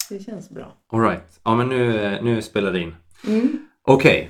Det känns bra. All right. Ja, men nu spelar det in. Mm. Okej.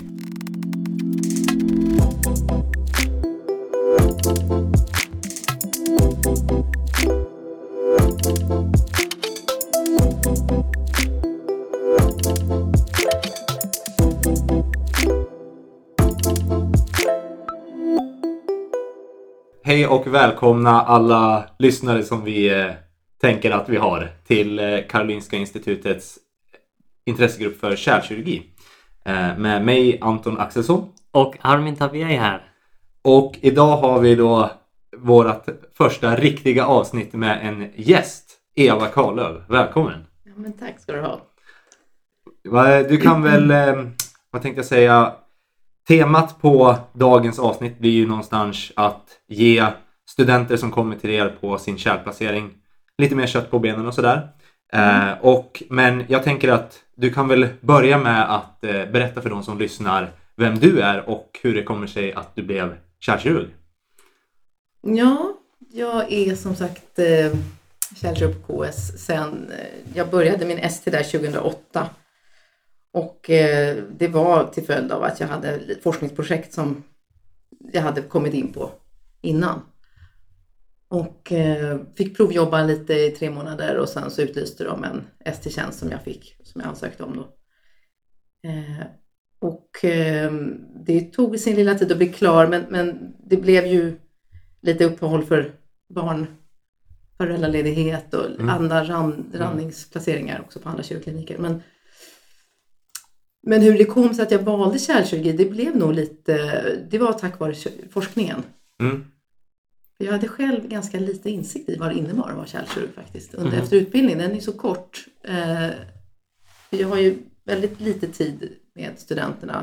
Hej och välkomna alla lyssnare som vi tänker att vi har till Karolinska Institutets intressegrupp för kärlkirurgi. Med mig Anton Axelsson. Och Armin Tabiai här. Och idag har vi då vårt första riktiga avsnitt med en gäst, Eva Karlöv. Välkommen! Ja, men tack ska du ha. Du kan väl, vad tänkte jag säga, temat på dagens avsnitt blir ju någonstans att ge studenter som kommer till er på sin kärlplacering lite mer kött på benen och sådär. Men jag tänker att du kan väl börja med att berätta för de som lyssnar vem du är och hur det kommer sig att du blev kärlkirurg. Ja, jag är som sagt kärlkirurg på KS sen jag började min ST där 2008. Och det var till följd av att jag hade ett forskningsprojekt som jag hade kommit in på innan. Och fick provjobba lite i 3 månader och sen så utlyste de en ST-tjänst som jag ansökte om då. Det tog sin lilla tid att bli klar, men det blev ju lite uppehåll för barn, föräldraledighet och andra randningsplaceringar också på andra kirurgkliniker. Men hur det kom sig att jag valde kärlkirurgi, det blev nog det var tack vare forskningen. Jag hade själv ganska lite insikt i vad det innebar att vara kärlkirurg faktiskt. Efter utbildningen, den är så kort. Jag har ju väldigt lite tid med studenterna.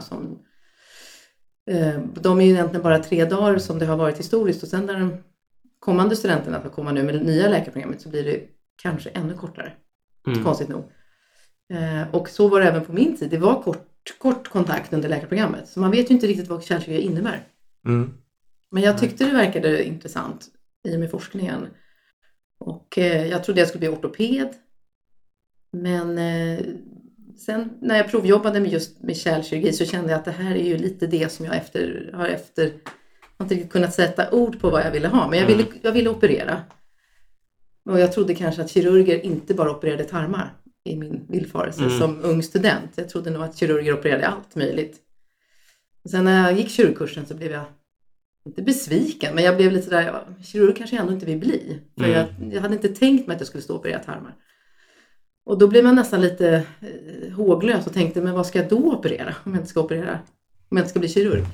De är ju egentligen bara 3 dagar som det har varit historiskt. Och sen när de kommande studenterna får komma nu med det nya läkarprogrammet så blir det kanske ännu kortare. Konstigt nog. Och så var det även på min tid. Det var kort kontakt under läkarprogrammet. Så man vet ju inte riktigt vad kärlkirurgi innebär. Men jag tyckte det verkade intressant i och med forskningen. Och jag trodde jag skulle bli ortoped. Men sen när jag provjobbade med kärlkirurgi så kände jag att det här är ju lite det som jag har inte riktigt kunnat sätta ord på vad jag ville ha. Men jag ville operera. Och jag trodde kanske att kirurger inte bara opererade tarmar i min villfarelse som ung student. Jag trodde nog att kirurger opererade allt möjligt. Och sen när jag gick kirurgkursen så blev jag inte besviken, men jag blev lite där, kirurg kanske jag ändå inte vill bli. För jag hade inte tänkt mig att jag skulle stå och operera tarmar. Och då blev man nästan lite håglös och tänkte, men vad ska jag då operera om jag inte ska operera? Om jag inte ska bli kirurg.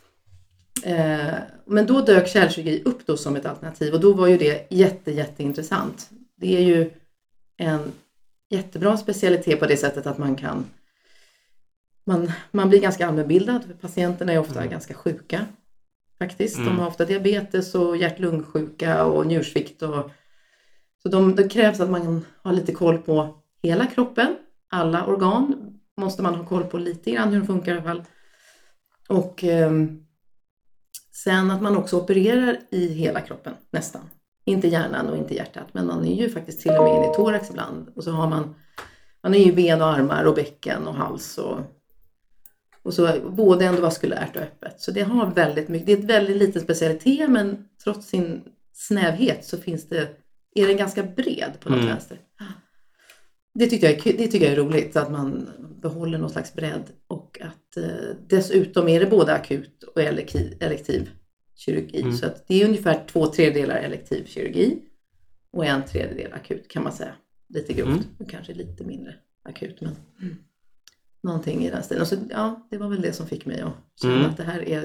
Men då dök kärlkirurgi upp då som ett alternativ och då var ju det jätteintressant. Det är ju en jättebra specialitet på det sättet att man blir ganska allmänbildad. Patienterna är ofta ganska sjuka faktiskt. De har ofta diabetes och hjärt-lungsjuka och njursvikt. Så det krävs att man har lite koll på hela kroppen. Alla organ måste man ha koll på lite grann hur de funkar i alla fall. Och sen att man också opererar i hela kroppen nästan. Inte hjärnan och inte hjärtat, men man är ju faktiskt till och med in i thorax ibland. Och så har man är ju ben och armar och bäcken och hals och så både endovaskulärt och öppet. Så det har väldigt mycket, det är ett väldigt liten specialitet, men trots sin snävhet så är den ganska bred på något vänster. Det tycker jag är roligt, att man behåller någon slags bredd och att dessutom är det både akut och elektiv kirurgi. Så att det är ungefär 2/3 elektiv kirurgi och 1/3 akut kan man säga. Lite grovt, kanske lite mindre akut, men någonting i den stilen. Och så, det var väl det som fick mig att känna att det här är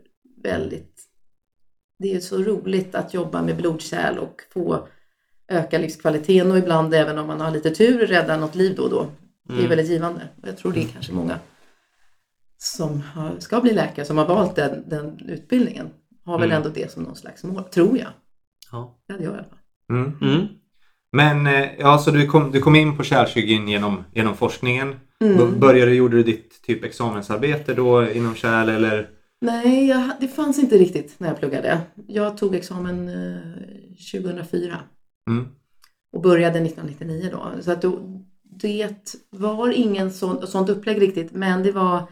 det är så roligt att jobba med blodkärl och få öka livskvaliteten och ibland även om man har lite tur rädda något liv då och då. Det är väldigt givande. Och jag tror det är kanske många som ska bli läkare som har valt den utbildningen har väl ändå det som någon slags mål, tror jag. Ja. Det hade jag i alla fall. Men så du kom in på kärlkirurgin genom forskningen. Gjorde du ditt typ examensarbete då inom kärl eller? Nej, det fanns inte riktigt när jag pluggade. Jag tog examen 2004 och började 1999 då. Så att det var ingen sånt upplägg riktigt, men det var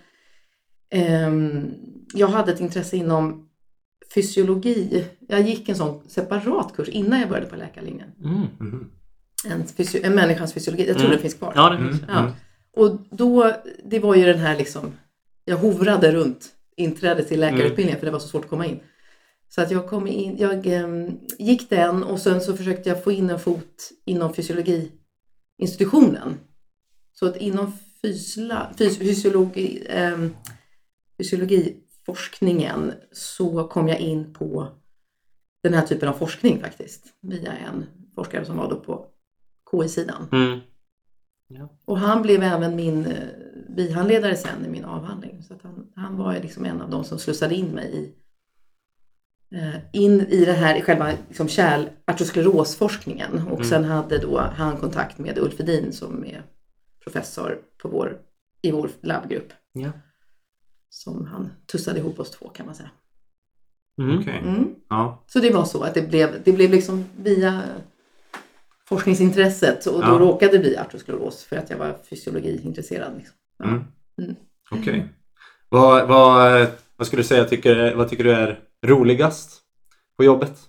jag hade ett intresse inom fysiologi. Jag gick en sån separat kurs innan jag började på läkarlinjen. En människans fysiologi. Jag tror det finns kvar. Ja, det finns. Ja. Och då, det var ju den här liksom, jag hovrade runt inträde till läkarutbildningen för det var så svårt att komma in. Så att jag kom in, jag gick den och sen så försökte jag få in en fot inom fysiologiinstitutionen. Så att inom fysiologiforskningen så kom jag in på den här typen av forskning faktiskt. Via en forskare som var då på KI-sidan. Ja. Och han blev även min bihandledare sen i min avhandling. Så att han var liksom en av de som slussade in mig in i det här i själva liksom kärl-artrosklerosforskningen. Och sen hade då han kontakt med Ulf Edin som är professor på i vår labbgrupp. Ja. Som han tussade ihop oss två kan man säga. Okej. Ja. Så det var så att det blev liksom via forskningsintresset och då råkade det bli artroskleros för att jag var fysiologiintresserad. Liksom. Ja. Okej. Vad skulle du säga, vad tycker du är roligast på jobbet?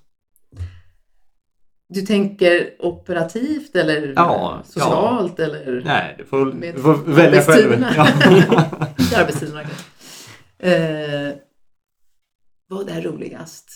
Du tänker operativt eller socialt? Eller nej, du får välja själv. Arbetstiderna. Vad är roligast?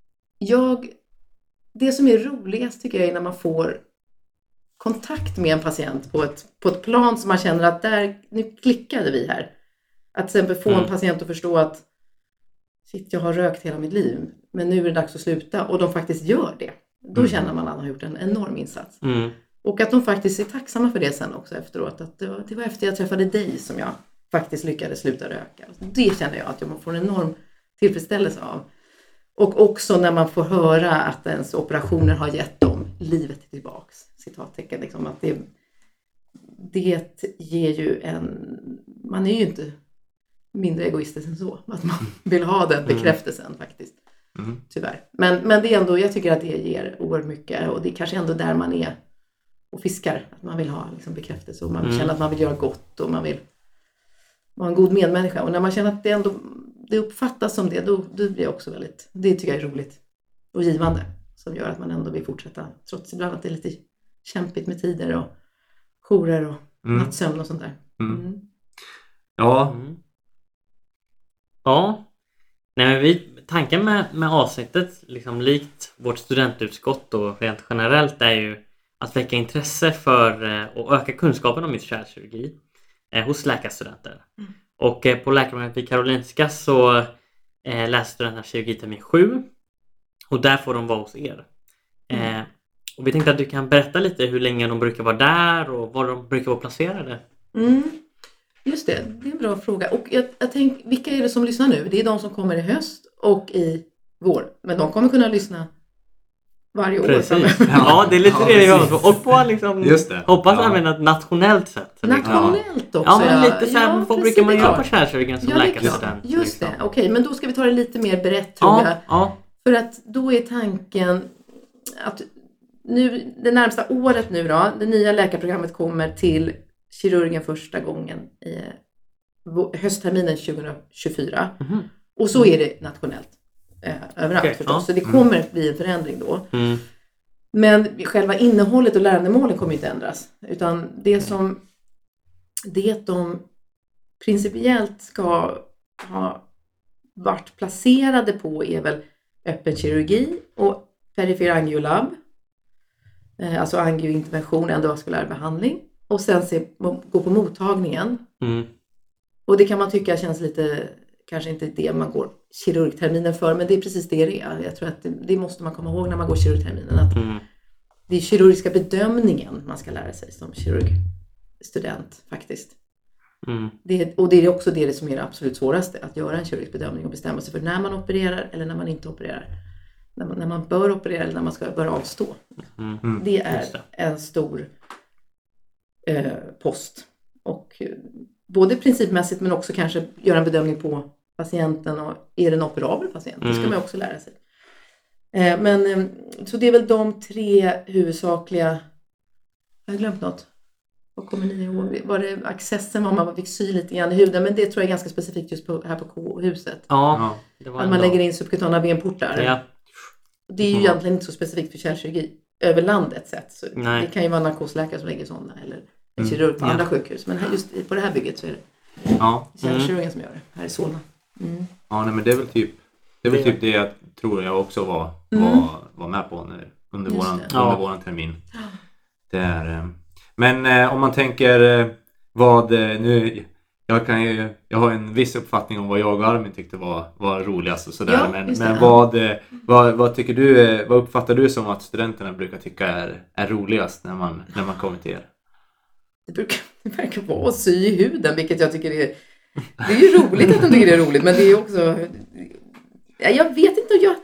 Det som är roligast tycker jag är när man får kontakt med en patient på ett plan som man känner att nu klickade vi här. Att till exempel få en patient att förstå att shit, jag har rökt hela mitt liv men nu är det dags att sluta och de faktiskt gör det. Då känner man att man har gjort en enorm insats. Och att de faktiskt är tacksamma för det sen också efteråt. Att det var efter jag träffade dig som jag faktiskt lyckades sluta röka. Det känner jag att man får en enorm tillfredsställelse av. Och också när man får höra att ens operationer har gett dem livet tillbaks. Citattecken liksom. Att det ger ju man är ju inte mindre egoistisk än så. Att man vill ha den bekräftelsen faktiskt. Tyvärr. Men det är ändå, jag tycker att det ger oerhört mycket. Och det är kanske ändå där man är och fiskar. Att man vill ha liksom bekräftelse. Och man känner att man vill göra gott. Och man vill vara en god medmänniska. Och när man känner att det uppfattas som det. Då blir det också väldigt, det tycker jag är roligt. Och givande. Som gör att man ändå vill fortsätta. Trots ibland att det är lite kämpigt med tider och jourer och nattsömn och sånt där. Ja. Ja. Nej, men tanken med avsnittet, liksom likt vårt studentutskott och rent generellt, är ju att väcka intresse för och öka kunskapen om just kärlkirurgi hos läkarstudenter. Och på läkarprogrammet vid Karolinska så läser studenterna kirurgi termin 7 och där får de vara hos er. Och vi tänkte att du kan berätta lite hur länge de brukar vara där och var de brukar vara placerade. Just det är en bra fråga. Och jag tänker, vilka är det som lyssnar nu? Det är de som kommer i höst och i vår. Men de kommer kunna lyssna varje år. Precis. Ja, det är lite det vi har. Och på liksom, just det. Hoppas använda ett nationellt sätt. Nationellt också. Ja, men lite så här, vad brukar man göra på kärlkirurgen som läkarstudent? Just liksom. det, okej. Men då ska vi ta det lite mer brett tror jag. Ja. För att då är tanken att nu, det närmsta året nu då, det nya läkarprogrammet kommer till kirurgen första gången i höstterminen 2024. Och så är det nationellt överallt förstås. Så det kommer att bli en förändring då. Men själva innehållet och lärandemålen kommer inte ändras. Utan det som de principiellt ska ha varit placerade på är väl öppen kirurgi och perifer angiolabb. Alltså angiointervention, endovaskulär behandling. Och sen gå på mottagningen. Och det kan man tycka känns lite, kanske inte det man går kirurgterminen för. Men det är precis det är. Jag tror att det måste man komma ihåg när man går kirurgterminen. Att det är kirurgiska bedömningen man ska lära sig som kirurgstudent faktiskt. Och det är också det som är det absolut svåraste. Att göra en kirurgisk bedömning och bestämma sig för när man opererar eller när man inte opererar. När man bör operera eller när man ska börja avstå. Det är en stor post. Och både principmässigt men också kanske göra en bedömning på patienten. Och är det en operabel patient? Det ska man också lära sig. Men så det är väl de 3 huvudsakliga. Jag har glömt något. Vad kommer ni ihåg? Var det accessen om man fick sy lite grann i huden? Men det tror jag är ganska specifikt just här på K-huset. Ja, det var att man lägger in subkutana venportar. Ja. Det är ju egentligen inte så specifikt för kärlkirurgi över landet sett. Så Nej. det kan ju vara narkosläkare som lägger sådana eller en kirurg på andra sjukhus. Men just på det här bygget så är det kärlkirurgen som gör det här i Solna. Ja, nej, men det är väl typ det jag tror jag också var med på under våran termin. Det är, men om man tänker vad nu jag har en viss uppfattning om vad jag och Armin tyckte var roligast och sådär. Men vad tycker du, vad uppfattar du som att studenterna brukar tycka är roligast när man kommer till er? Det verkar vara att sy i huden, vilket jag tycker det är ju roligt att de tycker det är roligt, men det är också, jag vet inte,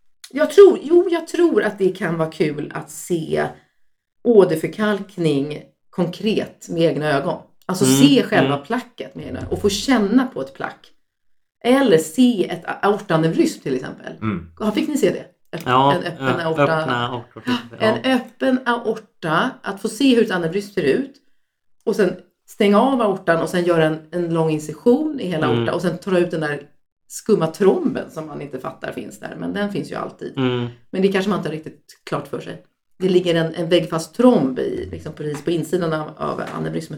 jag tror att det kan vara kul att se åderförkalkning konkret med egna ögon. Alltså se själva placket med egna ögon och få känna på ett plack. Eller se ett aortanevrysm till exempel. Fick ni se det? En öppen aorta. En öppen aorta, att få se hur ett anevrysm ser ut. Och sen stänga av aortan och sen göra en lång incision i hela aorta. Och sen ta ut den där skumma tromben som man inte fattar finns där. Men den finns ju alltid. Men det kanske man inte har riktigt klart för sig. Det ligger en väggfast tromb liksom precis på insidan av anevrysmen.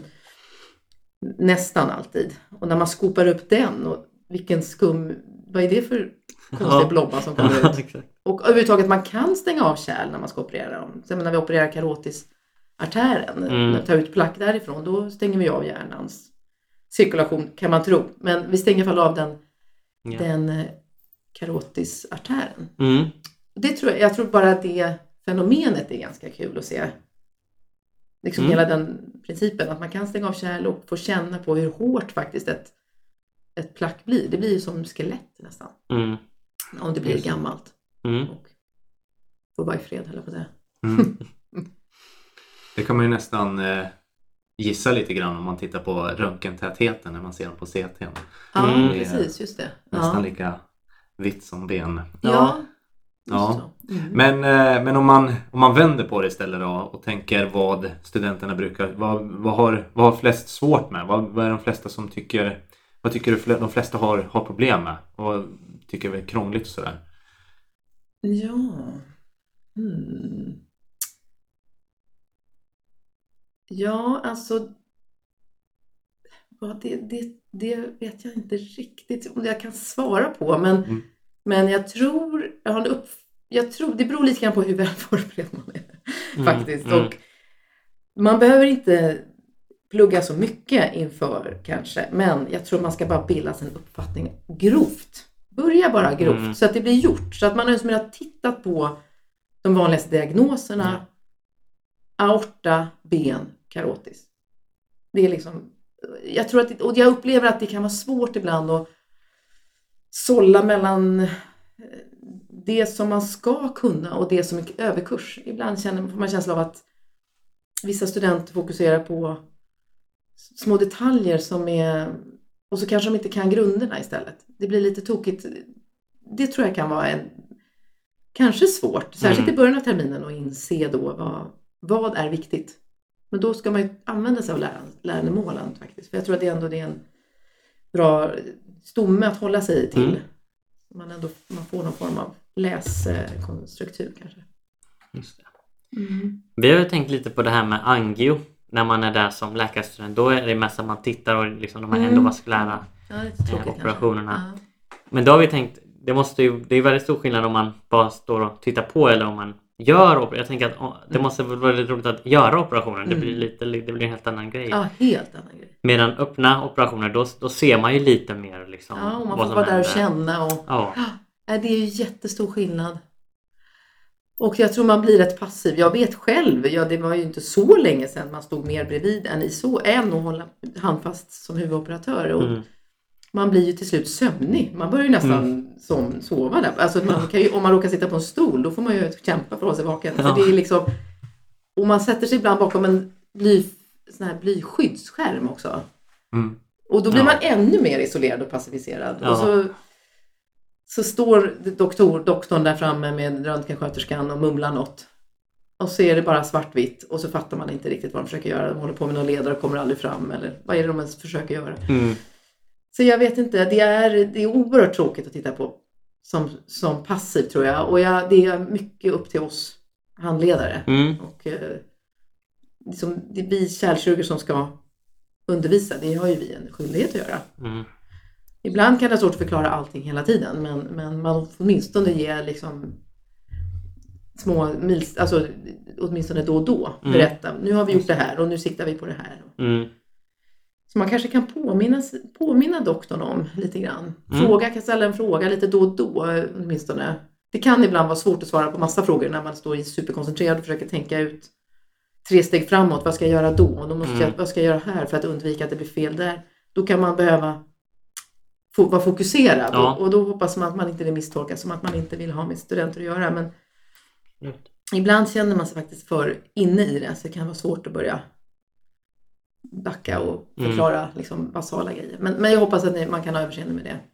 Nästan alltid. Och när man skopar upp den och vilken vad är det för konstiga blobbar som kommer ut? Och överhuvudtaget man kan stänga av kärl när man ska operera dem. Sen när vi opererar karotisartären, när vi tar ut plack därifrån, då stänger vi av hjärnans cirkulation kan man tro. Men vi stänger i alla fall av den karotisartären. Det jag tror bara att det fenomenet är ganska kul att se. Liksom hela den principen att man kan stänga av kärl och få känna på hur hårt faktiskt ett plack blir. Det blir ju som skelett nästan. Om det blir gammalt. Och får vara i fred, höll jag på att säga. Det kan man ju nästan gissa lite grann om man tittar på röntgentätheten när man ser dem på CT. Ja, precis, just det. Nästan lika vitt som ben. Ja. Men om man vänder på det istället då och tänker vad studenterna brukar, vad har flest svårt med? Vad är de flesta som tycker, vad tycker du de flesta har problem med? Och vad tycker är krångligt och sådär? Ja. Ja, alltså det vet jag inte riktigt om jag kan svara på, men jag tror det beror lite grann på hur väl förberedd man är faktiskt. Och man behöver inte plugga så mycket inför kanske, men jag tror man ska bara bilda sin uppfattning grovt. Börja bara grovt så att det blir gjort, så att man har tittat på de vanligaste diagnoserna: aorta, ben, karotis. Det är liksom, jag tror att och jag upplever att det kan vara svårt ibland att sålla mellan det som man ska kunna och det som är överkurs. Ibland får man känsla av att vissa studenter fokuserar på små detaljer som är, och så kanske de inte kan grunderna istället. Det blir lite tokigt. Det tror jag kan vara kanske svårt, särskilt i början av terminen, att inse då vad är viktigt. Men då ska man ju använda sig av lärandemålen faktiskt. För jag tror att det är en bra stomme att hålla sig till. Man får någon form av lässtruktur kanske. Just det. Vi har ju tänkt lite på det här med angio. När man är där som läkarstudent, då är det mest att man tittar och liksom de här endovaskulära operationerna. Men då har vi tänkt, det är väldigt stor skillnad om man bara står och tittar på eller om man gör. Jag tänker att det måste vara väldigt roligt att göra operationen. Det blir en helt annan grej. Ja, helt annan grej. Medan öppna operationer, då ser man ju lite mer liksom. Ja, och man får vara där och känna. Och, det är ju jättestor skillnad. Och jag tror man blir rätt passiv. Jag vet själv, det var ju inte så länge sedan man stod mer bredvid än att hålla handfast som huvudoperatör. Och man blir ju till slut sömnig. Man börjar ju nästan sova där. Alltså om man råkar sitta på en stol, då får man ju kämpa för att hålla sig vaken. Ja. För det är liksom, och man sätter sig ibland bakom en blyskyddsskärm också. Och då blir man ännu mer isolerad och passiviserad. Ja. Och så står doktorn där framme med röntgensköterskan och mumlar något. Och så är det bara svartvitt och så fattar man inte riktigt vad de försöker göra. De håller på med någon ledare och kommer aldrig fram. Eller vad är det de ens försöker göra? Så jag vet inte, det är oerhört tråkigt att titta på som passiv tror jag. Och det är mycket upp till oss handledare. Och liksom, det är vi kärlkirurger som ska undervisa. Det har ju vi en skyldighet att göra. Ibland kan det vara svårt att förklara allting hela tiden. Men man får åtminstone ge liksom små mils, alltså åtminstone då och då berätta. Nu har vi gjort det här och nu siktar vi på det här. Så man kanske kan påminna doktorn om lite grann. Kan ställa en fråga lite då och då åtminstone. Det kan ibland vara svårt att svara på massa frågor när man står superkoncentrerad och försöker tänka ut 3 steg framåt. Vad ska jag göra då? Vad ska jag göra här för att undvika att det blir fel där? Då kan man behöva vara fokuserad. Ja. Och då hoppas man att man inte blir misstolkad som att man inte vill ha med studenter att göra. Men ibland känner man sig faktiskt för inne i det. Så det kan vara svårt att börja backa och förklara liksom basala grejer. Men jag hoppas att man kan ha överseende med det.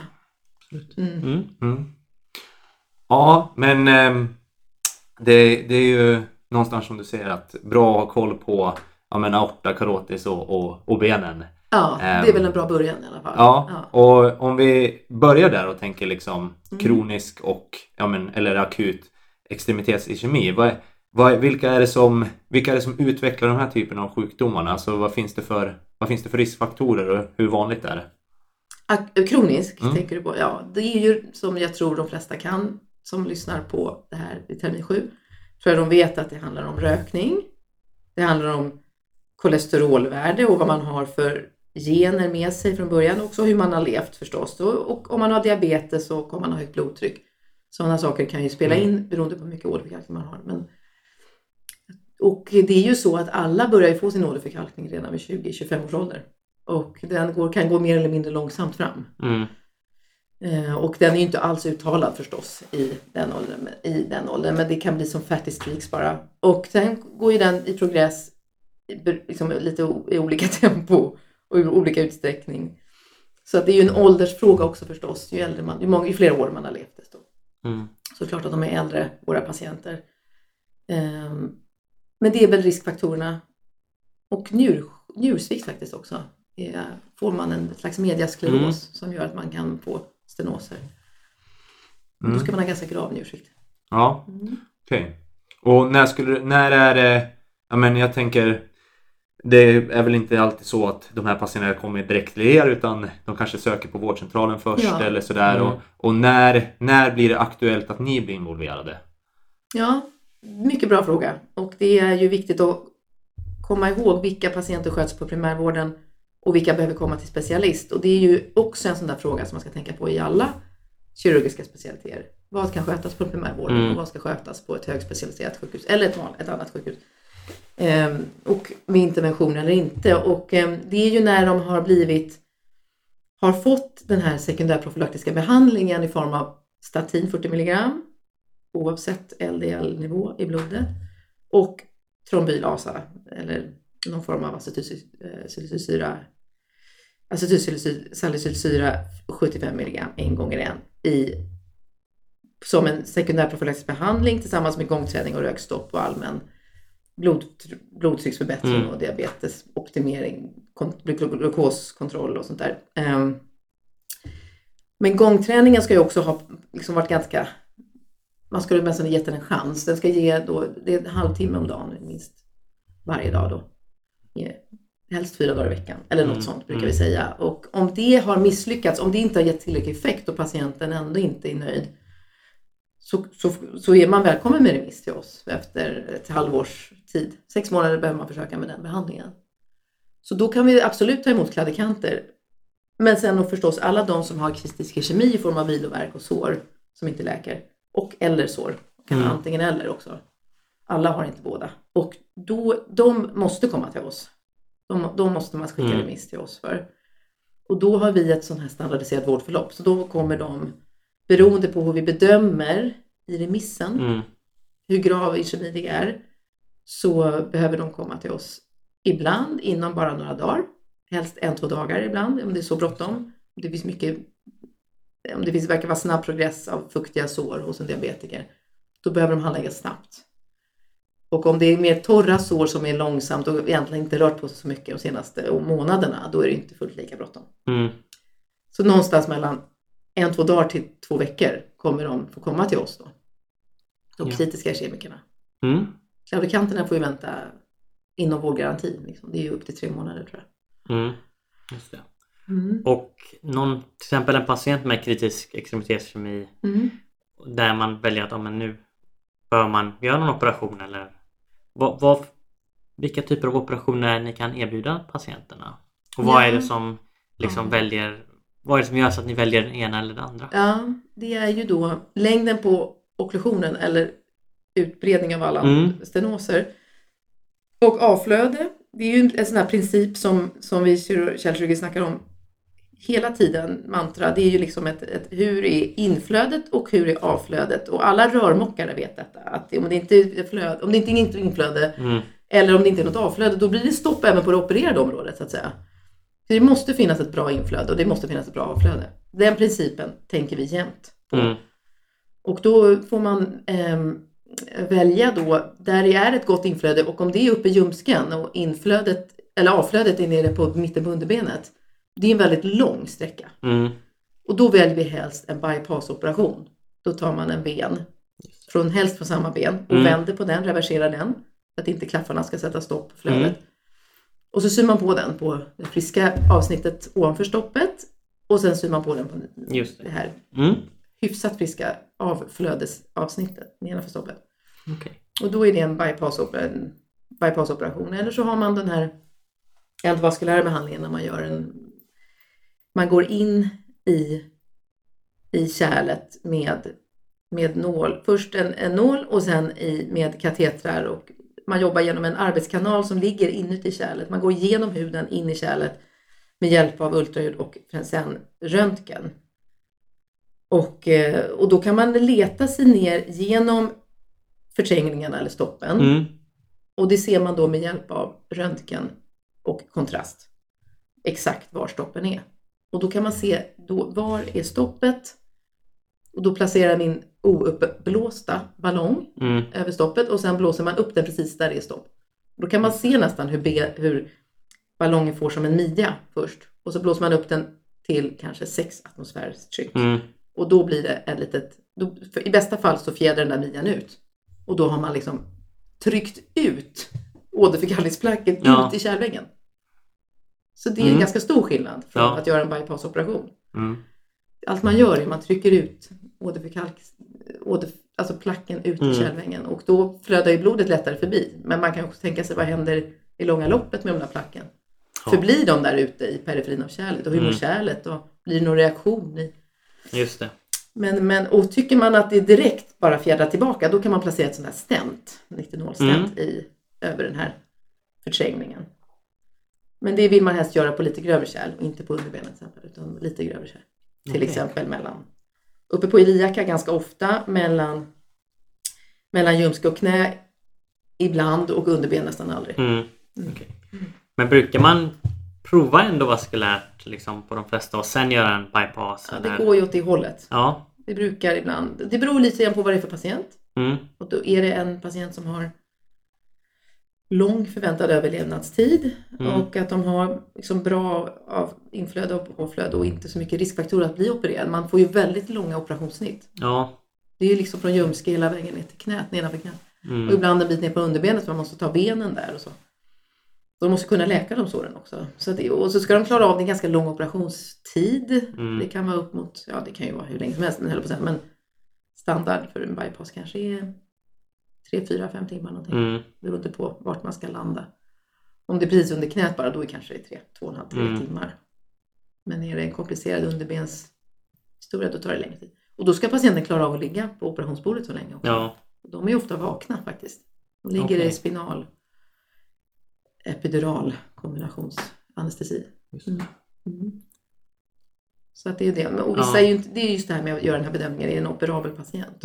Ja, men det är ju någonstans som du säger att bra att ha koll på aorta, karotis och benen. Ja, det är väl en bra början i alla fall. Ja. Och om vi börjar där och tänker liksom kronisk och eller akut extremitetsischemi. Vilka är det som utvecklar de här typerna av sjukdomarna? Alltså vad finns det för riskfaktorer och hur vanligt är det? Kronisk tänker du på? Ja, det är ju som jag tror de flesta kan som lyssnar på det här i termin 7. Tror jag de vet att det handlar om rökning. Det handlar om kolesterolvärde och vad man har för gener med sig från början. Också hur man har levt förstås. Och om man har diabetes så kommer man ha högt blodtryck. Sådana saker kan ju spela in beroende på hur mycket åderförkalkning man har. Och det är ju så att alla börjar få sin åderförkalkning redan vid 20-25 års ålder. Och den kan gå mer eller mindre långsamt fram. Och den är ju inte alls uttalad förstås i den åldern. Men det kan bli som fatty streaks bara. Och sen går ju den i progress liksom lite i olika tempo och i olika utsträckning. Så att det är ju en åldersfråga också förstås. Ju äldre ju fler år man har levt desto. Så klart att de är äldre, våra patienter. Men det är väl riskfaktorerna. Och njursvikt faktiskt också. Får man en slags mediaskleros som gör att man kan få stenoser. Då ska man ha ganska grav njursvikt. Ja, okej. Och när är det... jag tänker... Det är väl inte alltid så att de här patienterna kommer direkt till er utan de kanske söker på vårdcentralen först eller sådär. Och när blir det aktuellt att ni blir involverade? Ja, mycket bra fråga. Och det är ju viktigt att komma ihåg vilka patienter sköts på primärvården och vilka behöver komma till specialist. Och det är ju också en sån där fråga som man ska tänka på i alla kirurgiska specialiteter. Vad kan skötas på primärvården och vad ska skötas på ett högspecialiserat sjukhus eller ett annat sjukhus. Och med intervention eller inte. Och det är ju när de har fått den här sekundärprofylaktiska behandlingen i form av statin 40 mg oavsett LDL-nivå i blodet och trombyl-ASA eller någon form av acetylsalicylsyra 75 mg en gånger en som en sekundärprofylaktisk behandling tillsammans med gångträning och rökstopp och allmän blodtrycksförbättring och diabetesoptimering, glukoskontroll och sånt där. Men gångträningen ska ju också ha liksom varit ganska, man skulle nästan ha gett den en chans. Den ska ge då, det är en halvtimme om dagen minst varje dag då. Helst 4 dagar i veckan eller något sånt brukar vi säga. Och om det har misslyckats, om det inte har gett tillräcklig effekt och patienten ändå inte är nöjd så är man välkommen med remiss till oss efter ett halvårs tid. 6 månader behöver man försöka med den behandlingen. Så då kan vi absolut ta emot kladdikanter. Men sen och förstås alla de som har kristisk kemi i form av vilovärk och sår som inte läker. Och eller sår. Kan antingen eller också. Alla har inte båda. Och de måste komma till oss. De måste man skicka remiss till oss för. Och då har vi ett sån här standardiserat vårdförlopp. Så då kommer de, beroende på hur vi bedömer i remissen, hur grav ischemi det är, så behöver de komma till oss ibland inom bara några dagar. Helst 1-2 dagar ibland, om det är så bråttom. Om det verkar vara snabb progress av fuktiga sår hos en diabetiker, då behöver de handläggas snabbt. Och om det är mer torra sår som är långsamt och egentligen inte rört på sig så mycket de senaste månaderna, då är det inte fullt lika bråttom. Så någonstans mellan 1-2 dagar till 2 veckor kommer de få komma till oss då. De kritiska kemikerna. Klaudikanterna får ju vänta inom vårdgarantin. Liksom. Det är ju upp till 3 månader tror jag. Just det. Och till exempel en patient med kritisk extremitetskemi där man väljer att men nu bör man göra någon operation eller vilka typer av operationer ni kan erbjuda patienterna? Och vad är det som liksom väljer, vad är det som gör så att ni väljer den ena eller den andra? Ja, det är ju då längden på okklusionen eller utbredning av alla stenoser och avflöde. Det är ju en sån här princip som vi kärlkirurger snackar om hela tiden, mantra. Det är ju liksom ett hur är inflödet och hur är avflödet. Och alla rörmokare vet detta. Att om det inte är inflöde eller om det inte är något avflöde, då blir det stopp även på det opererade området så att säga. Så det måste finnas ett bra inflöde och det måste finnas ett bra avflöde. Den principen tänker vi jämt på. Och då får man välja då där det är ett gott inflöde, och om det är uppe i ljumsken och inflödet eller avflödet är nere på mitten på underbenet, det är en väldigt lång sträcka. Och då väljer vi helst en bypassoperation. Då tar man en ben helst från samma ben och vänder på den, reverserar den för att inte klaffarna ska sätta stopp på flödet. Och så syr man på den på det friska avsnittet ovanför stoppet, och sen syr man på den på det här hyfsat friska avflödesavsnittet nedanför stoppet. Och då är det en bypassoperation. Eller så har man den här endovaskulära behandlingen när man går in i kärlet med nål. Först en nål och sen med katetrar, och man jobbar genom en arbetskanal som ligger inuti kärlet. Man går igenom huden in i kärlet med hjälp av ultraljud och sen röntgen. Och då kan man leta sig ner genom förträngningarna eller stoppen. Och det ser man då med hjälp av röntgen och kontrast. Exakt var stoppen är. Och då kan man se var är stoppet. Och då placerar man in ouppblåsta ballong över stoppet. Och sen blåser man upp den precis där det är stopp. Och då kan man se nästan hur ballongen får som en midja först. Och så blåser man upp den till kanske 6 atmosfärers tryck. Och då blir det i bästa fall så fjädrar den där midjan ut. Och då har man liksom tryckt ut åderförkalkningsplacket ut i kärlväggen. Så det är en ganska stor skillnad från att göra en bypassoperation. Allt man gör är att man trycker ut alltså placken ut i kärlväggen. Och då flödar ju blodet lättare förbi. Men man kan också tänka sig vad händer i långa loppet med de där placken. Förblir de där ute i periferin av kärlet? Och hur mår kärlet? Och blir det någon reaktion i? Just det. Och tycker man att det direkt bara fjädrar tillbaka, då kan man placera ett sånt här stent, 90-stent över den här förträngningen. Men det vill man helst göra på lite grövre kärl och inte på underbenet till exempel, utan lite grövre kärl. Till exempel uppe på iliaka ganska ofta, mellan ljumske och knä ibland och underben nästan aldrig. Men brukar man prova endovaskulärt liksom på de flesta och sen göra en bypass? Ja, det går ju åt det hållet. Ja. Det brukar ibland. Det beror lite grann på vad det är för patient. Och då är det en patient som har lång förväntad överlevnadstid och att de har liksom bra inflöde och påflöde och inte så mycket riskfaktorer att bli opererad. Man får ju väldigt långa operationssnitt. Ja. Det är ju liksom från ljumske hela vägen ner till knät, nedanför knät. Och ibland en bit ner på underbenet, så man måste ta benen där och så. De måste kunna läka de såren också. Och så ska de klara av en ganska lång operationstid. Det kan vara upp mot, det kan ju vara hur länge som helst, men standard för en bypass kanske är 3, 4, 5 timmar någonting. Beroende på vart man ska landa. Om det är precis under knät bara, då är kanske det 2,5-3 timmar. Men är det en komplicerad underbenshistoria, då tar det längre tid. Och då ska patienten klara av att ligga på operationsbordet så länge också. Ja. De är ju ofta vakna faktiskt. De ligger i spinal, epidural, kombinationsanestesi. Så att det är det. Och vissa är ju inte, det är just det här med att göra den här bedömningen. Är det en operabel patient?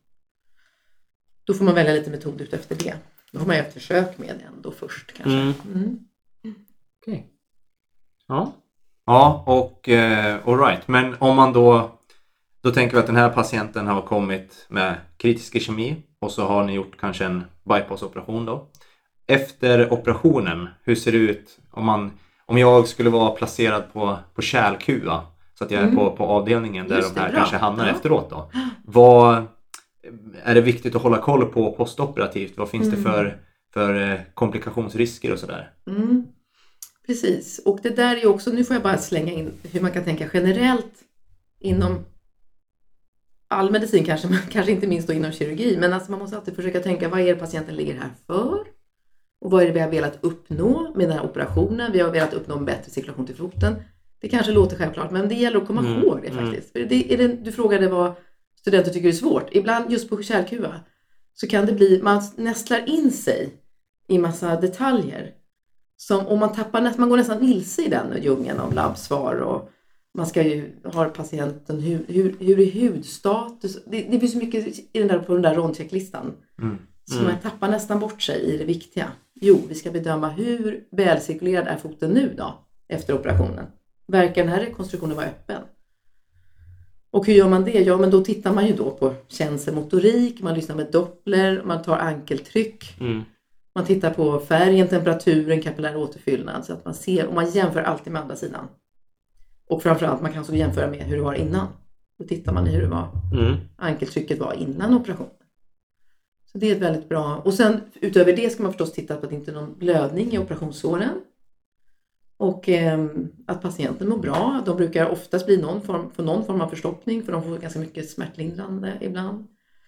Då får man välja lite metod ut efter det. Då har man ju ett försök med den då först kanske. Okej. Ja. Ja, och all right. Men om man då Då tänker vi att den här patienten har kommit med kritisk ischemi och så har ni gjort kanske en bypassoperation då. Efter operationen, hur ser det ut om jag skulle vara placerad på kärlkua så att jag är på avdelningen där Just de här det, kanske bra. hamnar efteråt då. Vad är det viktigt att hålla koll på postoperativt? Vad finns det för komplikationsrisker och sådär? Precis, och det där är ju också, nu får jag bara slänga in hur man kan tänka generellt inom all medicin kanske inte minst då inom kirurgi, men alltså man måste alltid försöka tänka vad är det patienten ligger här för? Och vad är det vi har velat uppnå med den här operationen? Vi har velat uppnå en bättre cirkulation till foten. Det kanske låter självklart, men det gäller att komma ihåg det faktiskt. För du frågade vad studenter tycker är svårt. Ibland just på kärlkua så kan det bli, man nästlar in sig i massa detaljer. Som om man går nästan vilse i den djungeln av labbsvar och man ska ju ha patienten, hur är hudstatus? Det finns så mycket på den där rondchecklistan. Så man tappar nästan bort sig i det viktiga. Jo, vi ska bedöma hur välcirkulerad är foten nu då, efter operationen. Verkar den här rekonstruktionen vara öppen? Och hur gör man det? Ja, men då tittar man ju då på känselmotorik, man lyssnar med doppler, man tar ankeltryck. Man tittar på färgen, temperaturen, kapillär återfyllnad så att man ser, och man jämför alltid med andra sidan. Och framförallt man kan så jämföra med hur det var innan. Då tittar man i hur det var. Ankeltrycket var innan operationen. Så det är ett väldigt bra. Och sen utöver det ska man förstås titta på att det inte är någon blödning i operationssåren. Och att patienten mår bra. De brukar oftast bli någon form av förstoppning. För de får ganska mycket smärtlindrande ibland.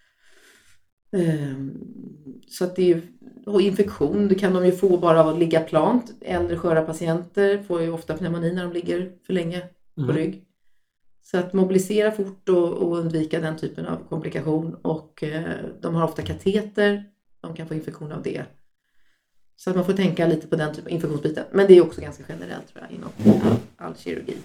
Så att det är, och infektion, det kan de ju få bara av att ligga plant. Äldre sköra patienter får ju ofta pneumoni när de ligger för länge på rygg. Så att mobilisera fort och undvika den typen av komplikation. Och de har ofta kateter, de kan få infektion av det. Så att man får tänka lite på den typen av infektionsbiten. Men det är också ganska generellt tror jag inom all kirurgi.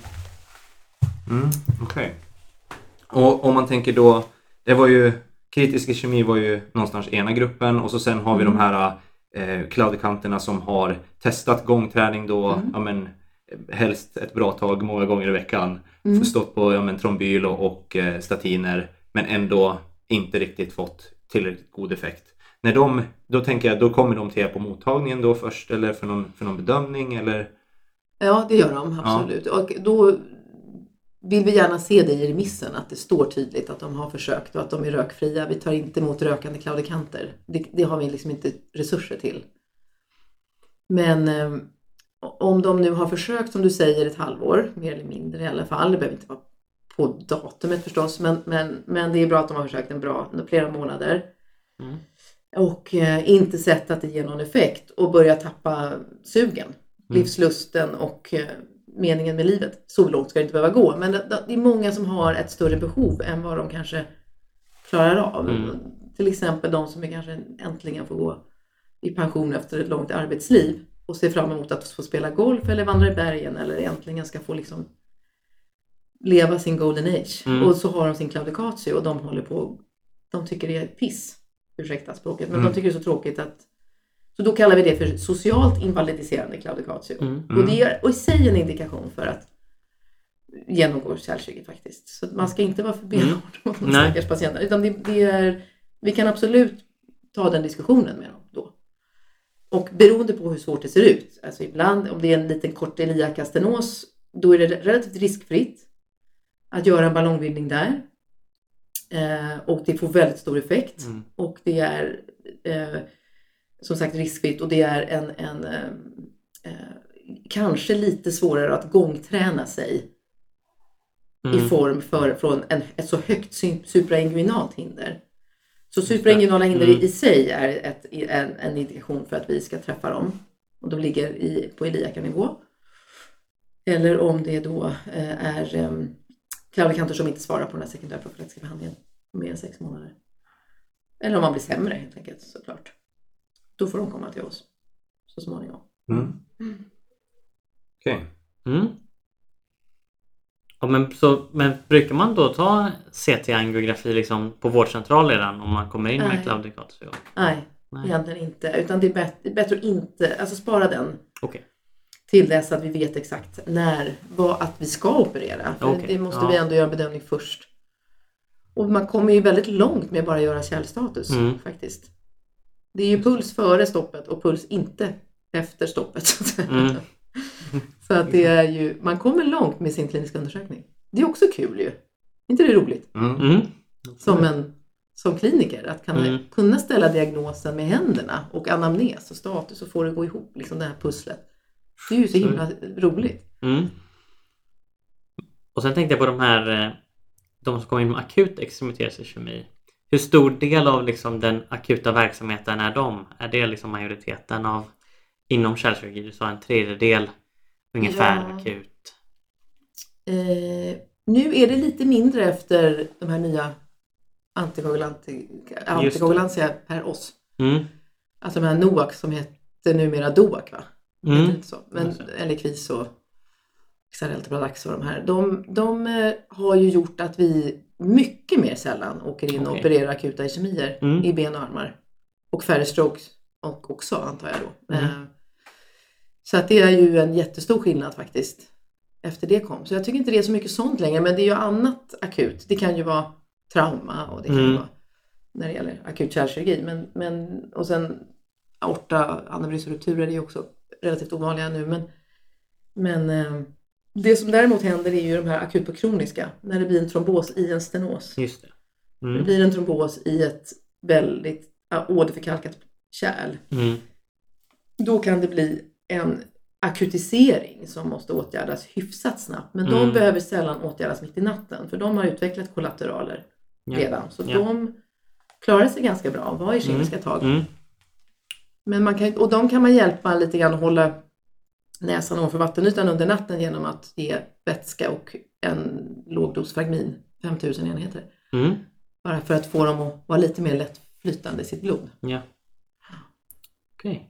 Okej. Och om man tänker då, det var ju kritisk ischemi var ju någonstans ena gruppen och så sen har vi de här klaudikanterna som har testat gångträning då, ja men helst ett bra tag, många gånger i veckan, stått på trombyl och statiner, men ändå inte riktigt fått tillräckligt god effekt. När då tänker jag, då kommer de till er på mottagningen då först eller för någon bedömning eller? Ja, det gör de absolut. Ja. Och då vill vi gärna se det i remissen att det står tydligt att de har försökt och att de är rökfria. Vi tar inte emot rökande klaudikanter. Det har vi liksom inte resurser till. Men om de nu har försökt som du säger ett halvår, mer eller mindre i alla fall, det behöver inte vara på datumet förstås, men det är bra att de har försökt flera månader. Och inte sett att det ger någon effekt och börja tappa sugen, livslusten och meningen med livet. Så långt ska det inte behöva gå. Men det är många som har ett större behov än vad de kanske klarar av. Till exempel de som är kanske äntligen får gå i pension efter ett långt arbetsliv och ser fram emot att få spela golf eller vandra i bergen eller äntligen ska få liksom leva sin golden age. Och så har de sin claudicatio och de tycker det är piss, ursäkta språket, men de tycker det är så tråkigt att så då kallar vi det för socialt invalidiserande claudicatio. Och det är i sig en indikation för att genomgå kärlkirurgi faktiskt. Så man ska inte vara för benhård mot de stackars patienterna. Utan vi kan absolut ta den diskussionen med dem då. Och beroende på hur svårt det ser ut. Alltså ibland om det är en liten kort iliakastenos, då är det relativt riskfritt att göra en ballongbildning där. Och det får väldigt stor effekt. Och det är som sagt riskfritt och det är kanske lite svårare att gångträna sig i form från ett så högt suprainguinalt hinder. Så suprainguinala hinder i sig är en indikation för att vi ska träffa dem. Och de ligger på iliakanivå. Eller om det då är klaudikanter som inte svarar på den här sekundära profylaktiska behandlingen mer än 6 månader. Eller om man blir sämre helt enkelt såklart. Då får de komma till oss så småningom. Okej. Ja, men brukar man då ta CT-angiografi liksom på vårdcentral redan om man kommer in med claudicatio? Nej, egentligen inte. Utan det är bättre att inte, alltså spara den. Okay. Till dess att vi vet exakt att vi ska operera. För det måste vi ändå göra en bedömning först. Och man kommer ju väldigt långt med bara att göra kärlstatus faktiskt. Det är ju puls före stoppet och puls inte efter stoppet. Så att det är ju, man kommer långt med sin kliniska undersökning. Det är också kul ju. Inte det roligt? Som kliniker att kunna ställa diagnosen med händerna och anamnes och status och få det gå ihop liksom det här pusslet. Det är ju så himla roligt. Och sen tänkte jag på de som kommer in med akut extremitetskemi. Hur stor del av liksom den akuta verksamheten är de? Är det liksom majoriteten av inom kärlkirurgi? Du sa en tredjedel ungefär akut. Nu är det lite mindre efter de här nya antikoagulantia per oss. Alltså de här NOAC som heter numera DOAC, va? Inte så. Men, eller KVIS och XRL och Bradax och de här. De har ju gjort att vi mycket mer sällan åker in och opererar akuta ischemier i ben och armar. Och färre strokes och också, antar jag då. Så att det är ju en jättestor skillnad faktiskt. Efter det kom. Så jag tycker inte det är så mycket sånt längre. Men det är ju annat akut. Det kan ju vara trauma och det kan ju vara när det gäller akut kärlkirurgi. Men, och sen aorta, aneurysmrupturer är ju också relativt ovanliga nu. Men det som däremot händer är ju de här akut på kroniska. När det blir en trombos i en stenos. Just det. Det blir en trombos i ett väldigt åderförkalkat kärl. Då kan det bli en akutisering som måste åtgärdas hyfsat snabbt. Men de behöver sällan åtgärdas mitt i natten. För de har utvecklat kollateraler redan. Så de klarar sig ganska bra och var i kemiska tag. Men och de kan man hjälpa lite grann att hålla näsan ovanför vattenytan under natten genom att ge vätska och en lågdos fragmin, 5000 enheter. Bara för att få dem att vara lite mer lättflytande i sitt blod. Ja. Okej.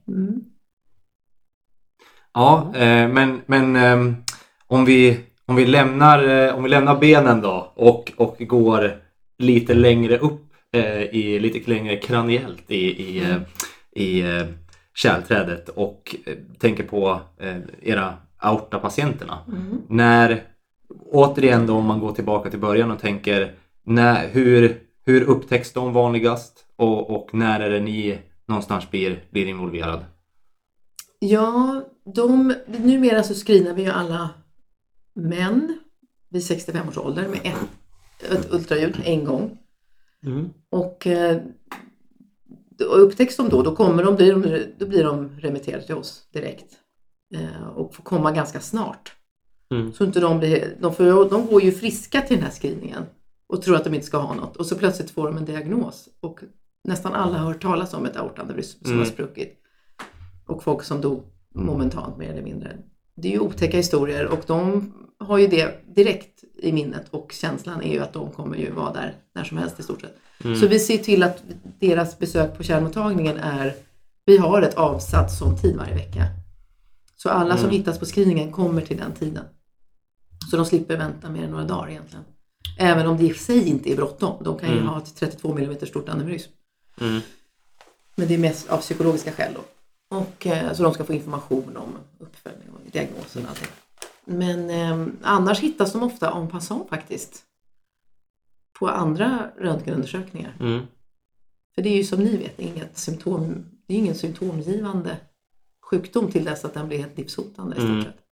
Ja, men om vi lämnar benen då och går lite längre upp lite längre kraniellt i kärlträdet och tänker på era aortapatienterna. Återigen då, om man går tillbaka till början och tänker hur upptäcks de vanligast och när är det ni någonstans blir involverad? Ja, numera så screenar vi ju alla män vid 65 års ålder med ett ultraljud en gång. Och upptäcks de då blir de remitterade till oss direkt och får komma ganska snart. Så inte de går ju friska till den här screeningen och tror att de inte ska ha något och så plötsligt får de en diagnos och nästan alla har hört talas om ett aortaneurysm som har spruckit och folk som dog momentant mer eller mindre. Det är ju otäcka historier och de har ju det direkt i minnet och känslan är ju att de kommer ju vara där när som helst i stort sett. Så vi ser till att deras besök på kärlmottagningen vi har ett avsatt sån tid varje vecka. Så alla som hittas på screeningen kommer till den tiden. Så de slipper vänta mer än några dagar egentligen. Även om det i sig inte är bråttom. De kan ju ha ett 32 mm stort aneurysm. Men det är mest av psykologiska skäl då. Och så de ska få information om uppföljning och diagnosen och allting. Men annars hittas de ofta en passant faktiskt. På andra röntgenundersökningar. För det är ju som ni vet det är ingen symptomgivande sjukdom till dess att den blir helt livshotande i stort sett.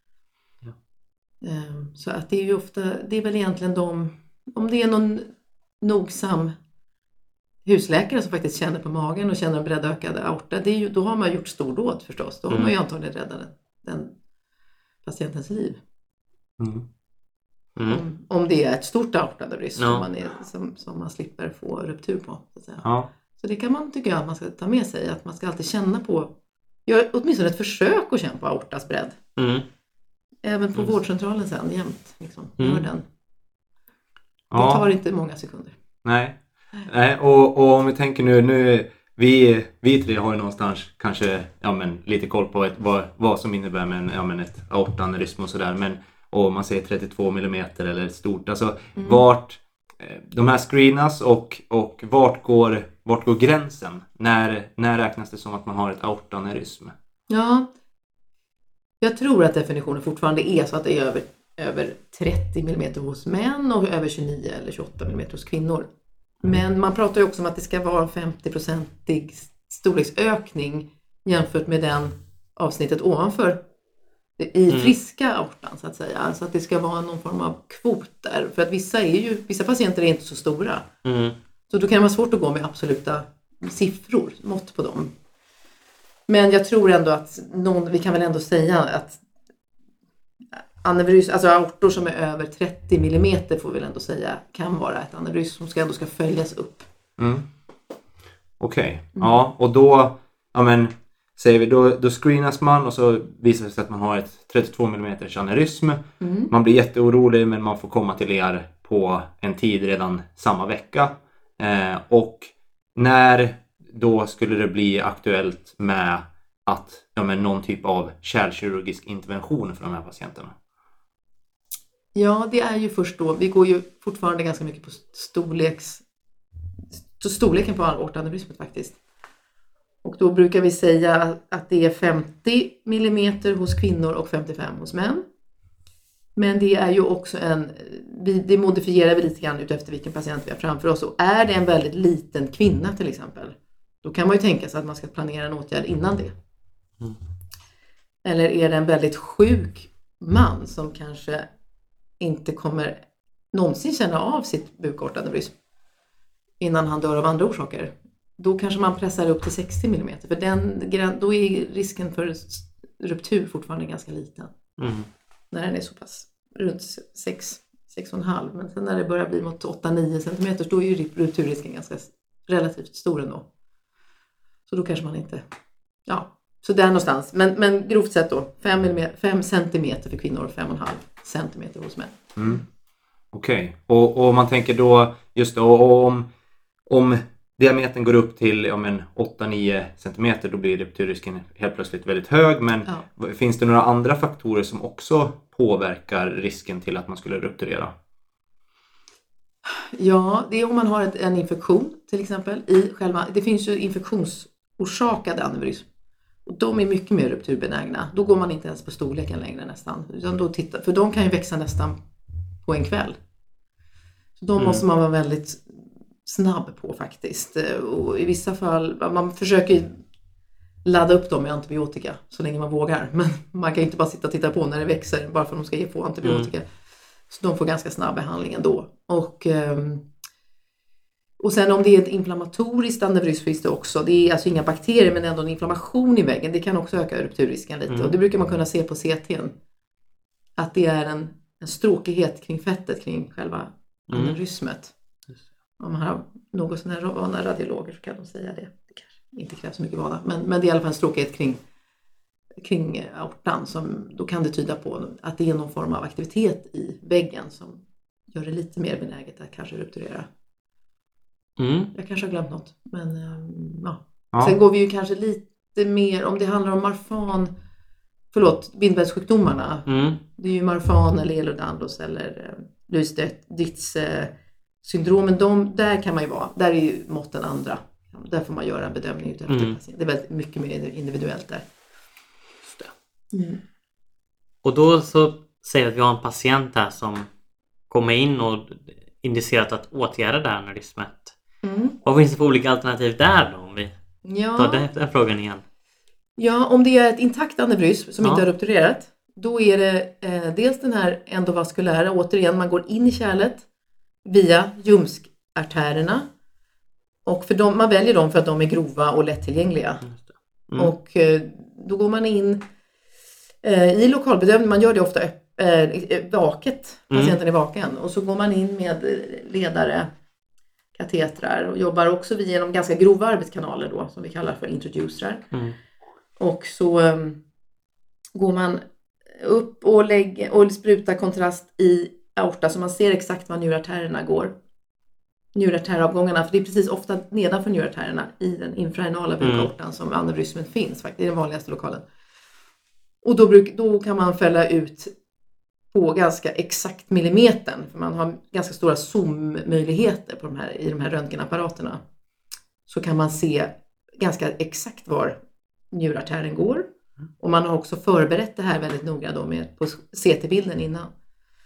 Så att det är ju ofta, det är väl egentligen om det är någon nogsam husläkare som faktiskt känner på magen och känner en breddökad aorta, då har man gjort stordåd förstås. Då har man ju antagligen räddat den patientens liv. Om det är ett stort aortaneurysm som man slipper få ruptur på. Så att säga. Så det kan man tycka att man ska ta med sig, att man ska alltid känna på, gör åtminstone ett försök att känna på aortas bredd. Även på vårdcentralen sen jämt. Liksom. Gör den. Det tar inte många sekunder. Nej. Och om vi tänker nu vi tre har ju någonstans kanske lite koll på vad som innebär med ett aortaneurysm och sådär. Och man säger 32 mm eller stort. Alltså vart de här screenas och vart går gränsen? När räknas det som att man har ett aortaneurysm? Ja, jag tror att definitionen fortfarande är så att det är över 30 mm hos män och över 29 eller 28 mm hos kvinnor. Men man pratar ju också om att det ska vara en 50-procentig storleksökning jämfört med den avsnittet ovanför i friska aortan så att säga. Alltså att det ska vara någon form av kvot där. För att vissa patienter är inte så stora. Så då kan det vara svårt att gå med absoluta siffror, mått på dem. Men jag tror ändå att vi kan väl ändå säga att aneurysm, alltså aortor som är över 30 mm får vi väl ändå säga kan vara ett aneurysm som ändå ska följas upp. Okej. Ja, och då säger vi då screenas man och så visar det sig att man har ett 32 mm aneurysm. Man blir jätteorolig men man får komma till er på en tid redan samma vecka. Och när då skulle det bli aktuellt med att någon typ av kärlkirurgisk intervention för de här patienterna? Ja, det är ju först då. Vi går ju fortfarande ganska mycket på storleken på aortaneurysmet faktiskt. Och då brukar vi säga att det är 50 mm hos kvinnor och 55 hos män. Men det är ju också det modifierar vi lite grann utefter vilken patient vi har framför oss. Och är det en väldigt liten kvinna till exempel, då kan man ju tänka sig att man ska planera en åtgärd innan det. Eller är det en väldigt sjuk man som kanske inte kommer någonsin känna av sitt bukaortaneurysm innan han dör av andra orsaker. Då kanske man pressar upp till 60 mm. För då är risken för ruptur fortfarande ganska liten. När den är så pass runt 6,5. Men sen när det börjar bli mot 8-9 cm då är ju rupturrisken ganska relativt stor ändå. Så då kanske man inte... Ja, så där någonstans. Men grovt sett då 5 cm för kvinnor och 5,5 cm hos män. Okej. Och man tänker då just då om diametern går upp till 8-9 cm då blir rupturrisken helt plötsligt väldigt hög. Men finns det några andra faktorer som också påverkar risken till att man skulle rupturera? Ja, det är om man har en infektion till exempel. Det finns ju infektionsorsakade aneurysm. Och de är mycket mer rupturbenägna. Då går man inte ens på storleken längre nästan. Utan för de kan ju växa nästan på en kväll. Så de måste man vara väldigt snabb på faktiskt. Och i vissa fall, man försöker ladda upp dem med antibiotika så länge man vågar. Men man kan inte bara sitta och titta på när det växer bara för att de ska få antibiotika. Så de får ganska snabb behandling ändå. Och sen om det är ett inflammatoriskt aneurysm finns det också. Det är alltså inga bakterier men ändå en inflammation i väggen. Det kan också öka rupturrisken lite. Och det brukar man kunna se på CT:n. Att det är en stråkighet kring fettet kring själva aneurysmet. Om man har något sådana här vana radiologer så kan de säga det. Det kanske inte krävs så mycket vana. Men det är i alla fall en stråkighet kring aortan. Då kan det tyda på att det är någon form av aktivitet i väggen som gör det lite mer benäget att kanske rupturera. Jag kanske har glömt något. Men ja. Sen går vi ju kanske lite mer om det handlar om bindvävssjukdomarna. Det är ju Marfan eller Ehlers-Danlos eller Lewis-Dietz syndromen. Där kan man ju vara. Där är ju måtten andra. Där får man göra en bedömning efter patient. Det är väldigt mycket mer individuellt där. Just det. Och då så säger vi att vi har en patient här som kommer in och indicerat att åtgärda det här aneurysmet. Vad finns det för olika alternativ där då om vi tar den frågan igen? Ja, om det är ett intakt aneurysm som inte har rupturerat, då är det dels den här endovaskulära, återigen man går in i kärlet via ljumskartärerna. Och man väljer dem för att de är grova och lättillgängliga. Och då går man in i lokalbedömning, man gör det ofta vaket, patienten är vaken. Och så går man in med ledare, katetrar och jobbar också genom ganska grova arbetskanaler då, som vi kallar för introducerar. Och så går man upp och sprutar kontrast i aorta så man ser exakt var njurartärerna går. Njurartäravgångarna, för det är precis ofta nedanför njurartärerna i den infrarenala bukaortan som aneurysmen finns faktiskt, i den vanligaste lokalen. Och då kan man fälla ut på ganska exakt millimetern, för man har ganska stora zoom-möjligheter i de här röntgenapparaterna. Så kan man se ganska exakt var njurartären går. Och man har också förberett det här väldigt noga då på CT-bilden innan.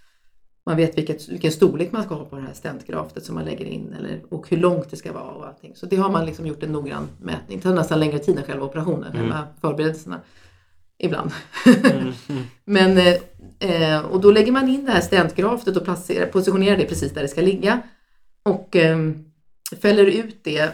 Man vet vilken storlek man ska ha på det här stentgraftet som man lägger in och hur långt det ska vara och allting. Så det har man liksom gjort en noggrann mätning. Det tar nästan längre tid än själva operationen, med förberedelserna ibland. Men, och då lägger man in det här stentgraftet och positionerar det precis där det ska ligga. Och fäller ut det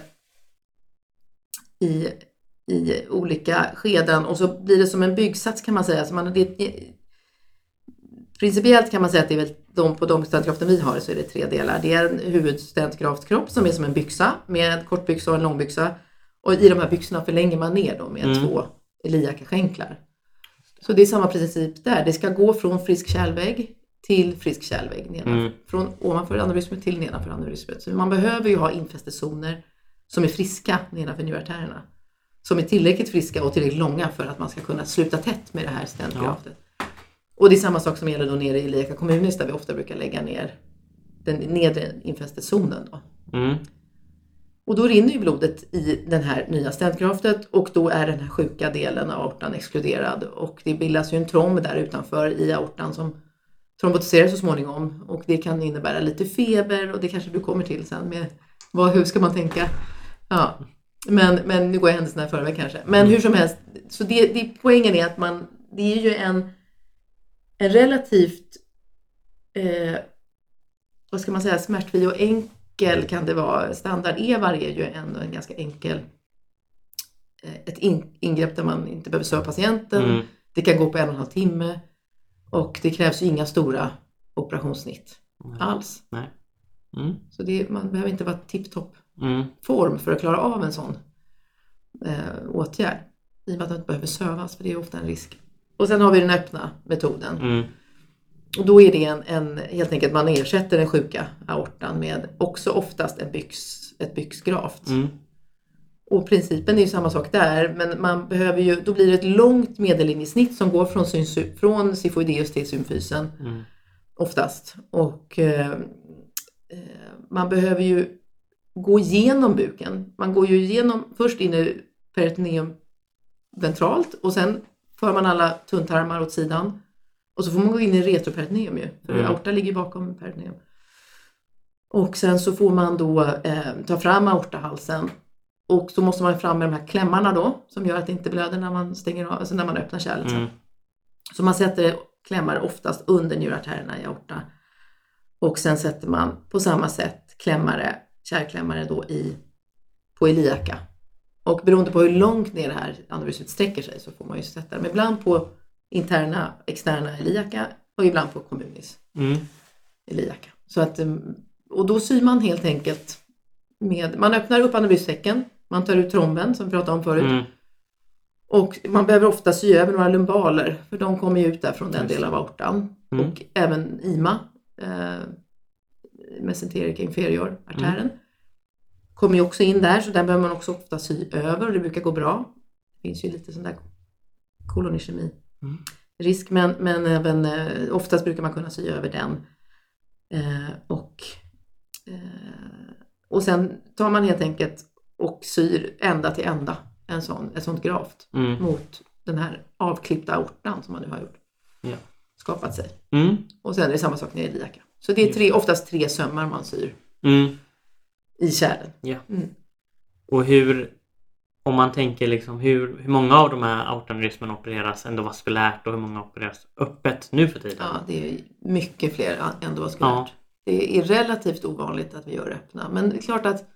i olika skeden och så blir det som en byggsats kan man säga. Så principiellt kan man säga att det är väl på de stentkraften vi har så är det 3 delar. Det är en huvudstentkraftkropp som är som en byxa med kortbyxa och en långbyxa. Och i de här byxorna förlänger man ner dem med 2 iliaka-skänklar. Så det är samma princip där. Det ska gå från frisk kärlvägg till frisk kärlvägg. Från ovanför aneurysmet till nedanför aneurysmet. Så man behöver ju ha infästezoner som är friska nedanför njurartärerna. Som är tillräckligt friska och tillräckligt långa för att man ska kunna sluta tätt med det här stentgraftet. Ja. Och det är samma sak som gäller då nere i iliaca communis där vi ofta brukar lägga ner den nedre infästezonen då. Och då rinner ju blodet i den här nya stentgraftet och då är den här sjuka delen av aortan exkluderad. Och det bildas ju en tromb där utanför i aortan som trombotiserar så småningom. Och det kan innebära lite feber och det kanske du kommer till sen med hur ska man tänka? Ja, men nu går jag händelserna i förväg kanske. Men hur som helst, så poängen är att det är ju en relativt vad ska man säga, smärtfri och enkel kan det vara. Standard-EVAR är ju en ganska enkel ett ingrepp där man inte behöver söva patienten. Det kan gå på 1,5 timme och det krävs ju inga stora operationssnitt alls. Nej. Så man behöver inte vara tipptopp form för att klara av en sån åtgärd. I och med att man inte behöver sövas, för det är ofta en risk. Och sen har vi den öppna metoden. Och då är det helt enkelt man ersätter den sjuka aortan med också oftast ett byxgraft. Och principen är ju samma sak där, men man behöver ju, då blir det ett långt medellinjesnitt som går från syfoideus till symfysen oftast. Och man behöver ju gå igenom buken. Man går ju igenom först in i peritoneum ventralt och sen för man alla tunntarmar åt sidan. Och så får man gå in i retroperitoneum ju. För aorta ligger bakom peritoneum. Och sen så får man då ta fram aortahalsen. Och så måste man fram med de här klämmarna då. Som gör att det inte blöder när man stänger av, alltså när man öppnar kärlet. Så man sätter klämmar oftast under njurartärerna i aorta. Och sen sätter man på samma sätt kärlklämmare då på iliaka. Och beroende på hur långt ner det här aneurysmet sträcker sig så får man ju sätta dem ibland på externa iliaka och ibland på communis iliaka. Så att, och då syr man helt enkelt man öppnar upp aneuryssäcken, man tar ut tromben som vi pratade om förut. Och man behöver ofta sy över några lumbaler för de kommer ju ut där från den delen av aortan. Och även IMA, mesenterica inferior artären, kommer ju också in där, så där behöver man också ofta sy över och det brukar gå bra. Det finns ju lite sån där kolonischemi risk, men även oftast brukar man kunna sy över den. Och sen tar man helt enkelt och syr ända till ända ett sånt graft mot den här avklippta aortan som man nu har gjort. Skapat sig. Och sen är det samma sak ner i iliaka. Så det är oftast 3 sömmar man syr i kärlen. Och om man tänker liksom hur många av de här aortaneurysmen opereras endovaskulärt och hur många opereras öppet nu för tiden? Ja, det är mycket fler endovaskulärt. Det är relativt ovanligt att vi gör öppna. Men det är klart att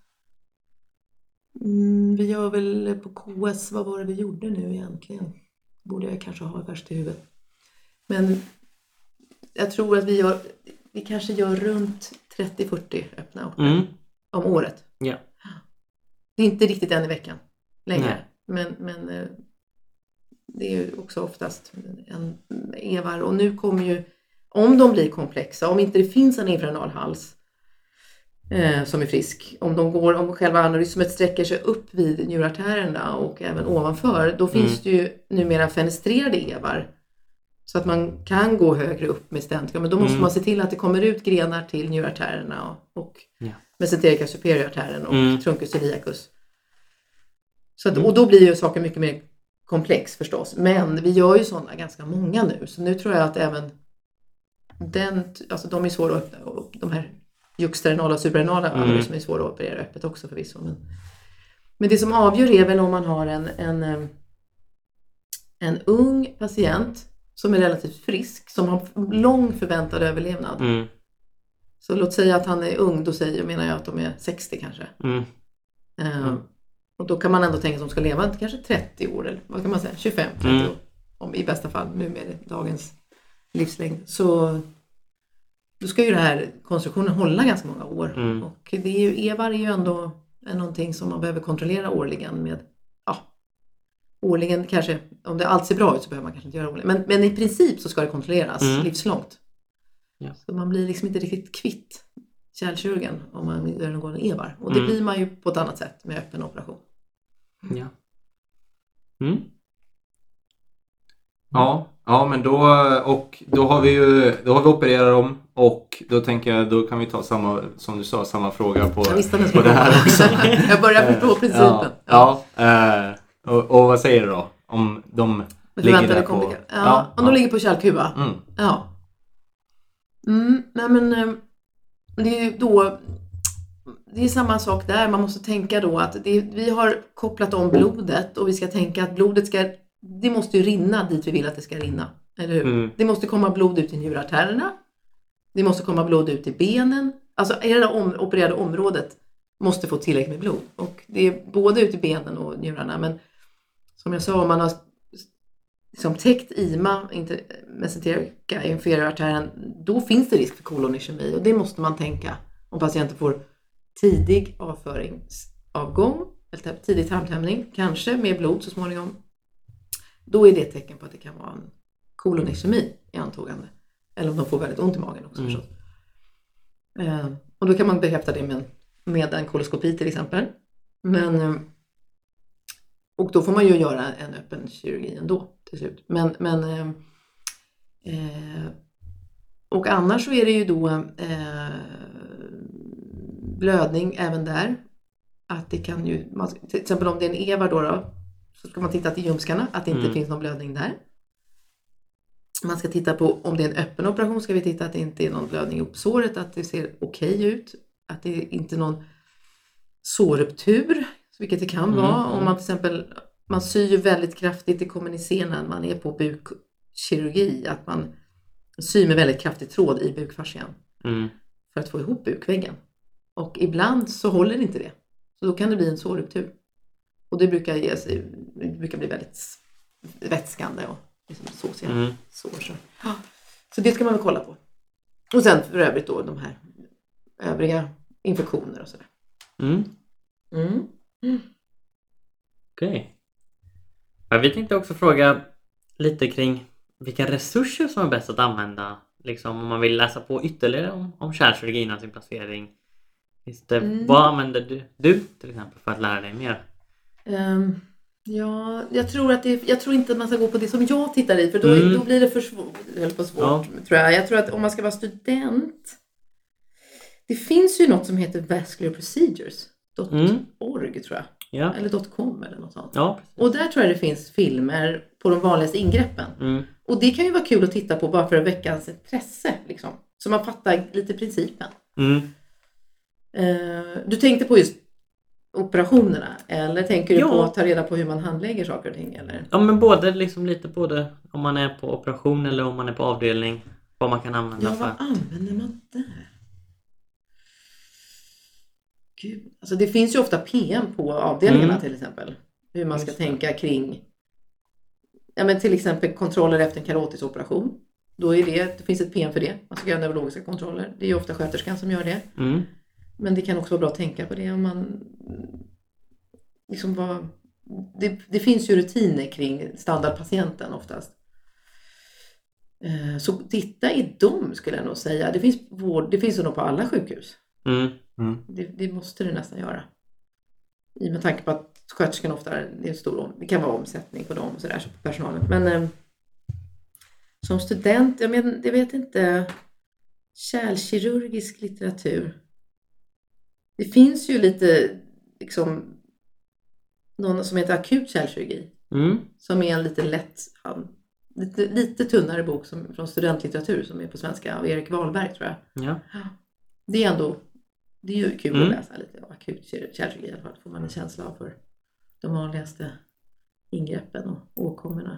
vi gör väl på KS, vad var det vi gjorde nu egentligen? Borde jag kanske ha först i huvudet. Men jag tror att vi kanske gör runt 30-40 öppna aortor om året. Ja. Det är inte riktigt en i veckan längre. Men det är ju också oftast en EVAR. Och nu kommer ju, om de blir komplexa, om inte det finns en infranal hals som är frisk, om själva aneurysmet sträcker sig upp vid njurartärerna och även ovanför, då finns det ju numera fenestrerade EVAR. Så att man kan gå högre upp med stentgram. Men då måste man se till att det kommer ut grenar till njurartärerna och mesenterica superior-artären och truncus iliacus. Så att, och då blir ju saker mycket mer komplex förstås. Men vi gör ju sådana ganska många nu. Så nu tror jag att även alltså de är svåra att öppna, och de här juxtarenala och suprarenala aneurysmer är svåra att operera öppet också förvisso. Men det som avgör är väl om man har en ung patient som är relativt frisk, som har lång förväntad överlevnad. Så låt säga att han är ung, då menar jag att de är 60 kanske. Och då kan man ändå tänka att de ska leva kanske 30 år, eller vad kan man säga, 25-30 år. Om, i bästa fall, nu med dagens livslängd. Så då ska ju den här konstruktionen hålla ganska många år. Och det är ju, EVAR är ju ändå någonting som man behöver kontrollera årligen med, årligen kanske, om det allt ser bra ut så behöver man kanske inte göra årligen. Men i princip så ska det kontrolleras livslångt. Ja. Så man blir liksom inte riktigt kvitt kärlkirurgen om man gör någon EVAR. Och det blir man ju på ett annat sätt med öppen operation. Ja. Ja, men då har vi opererat dem, och då tänker jag, då kan vi ta samma, som du sa, samma fråga på det här också. Jag börjar förstå principen. Och vad säger du då? Om de ligger där på... Om de ligger på kärlkuva. Ja. Nej, men det är ju då... Det är samma sak där. Man måste tänka då att vi har kopplat om blodet, och vi ska tänka att blodet det måste ju rinna dit vi vill att det ska rinna. Eller hur? Det måste komma blod ut i njurartärerna. Det måste komma blod ut i benen. Alltså hela det opererade området måste få tillräckligt med blod. Och det är både ut i benen och njurarna. Men som jag sa, om man har liksom täckt IMA, mesenterica inferior artären, då finns det risk för kolonischemi. Och det måste man tänka om patienten får tidig avföringsavgång, eller tidig tarmtömning, kanske med blod så småningom. Då är det ett tecken på att det kan vara en kolonischemi i antågande. Eller om de får väldigt ont i magen också förstås. Och då kan man bekräfta det med en koloskopi till exempel. Och då får man ju göra en öppen kirurgi ändå till slut. Och annars så är det ju då blödning även där. Att det kan ju, till exempel om det är en EVAR då så ska man titta till ljumskarna, att det inte finns någon blödning där. Man ska titta på, om det är en öppen operation ska vi titta att det inte är någon blödning upp såret, att det ser okej ut. Att det inte är någon sårruptur, vilket det kan vara. Om man till exempel, man syr ju väldigt kraftigt, det kommer ni se när man är på bukkirurgi, att man syr med väldigt kraftig tråd i bukfascian för att få ihop bukväggen. Och ibland så håller inte det. Så då kan det bli en sårruptur. Och det brukar bli väldigt vätskande och liksom såsiga sår. Så det ska man väl kolla på. Och sen för övrigt då de här övriga infektioner och sådär. Okej. Vi tänkte också fråga lite kring vilka resurser som är bäst att använda. Liksom om man vill läsa på ytterligare om kärlkirurgin och sin placering. Vad använder du till exempel för att lära dig mer? Jag tror inte att man ska gå på det som jag tittar i, för då blir det för svårt, tror jag. Jag tror att om man ska vara student, det finns ju något som heter Vascular Procedures.org tror jag. Ja. Eller .com eller något sånt. Ja, och där tror jag det finns filmer på de vanligaste ingreppen. Och det kan ju vara kul att titta på bara för att väcka ens intresse liksom. Så man fattar lite principen. Du tänkte på just operationerna, eller tänker du på att ta reda på hur man handlägger saker och ting? Eller? Ja, men både om man är på operation eller om man är på avdelning, vad man kan använda för. Ja, vad använder man där? Gud, alltså det finns ju ofta PM på avdelningarna till exempel. Hur man ska tänka kring, men till exempel kontroller efter en karotisoperation. Då är det finns ett PM för det. Man ska göra neurologiska kontroller. Det är ju ofta sköterskan som gör det. Men det kan också vara bra att tänka på det om man liksom det finns ju rutiner kring standardpatienten oftast. Så titta i dem skulle jag nog säga. Det finns nog på alla sjukhus. Det måste det nästan göra. I med tanke på att sköterskan ofta det kan vara omsättning på dem och sådär, så på personalen. Men som student, jag vet inte, kärlkirurgisk litteratur. Det finns ju lite liksom någon som heter akut kärlkirurgi. Som är en lite lätt lite tunnare bok från studentlitteratur som är på svenska av Erik Wahlberg tror jag. Ja. Det är ju kul att läsa lite av akut kärlkirurgi i alla fall. Får man en känsla av för de vanligaste ingreppen och åkommorna.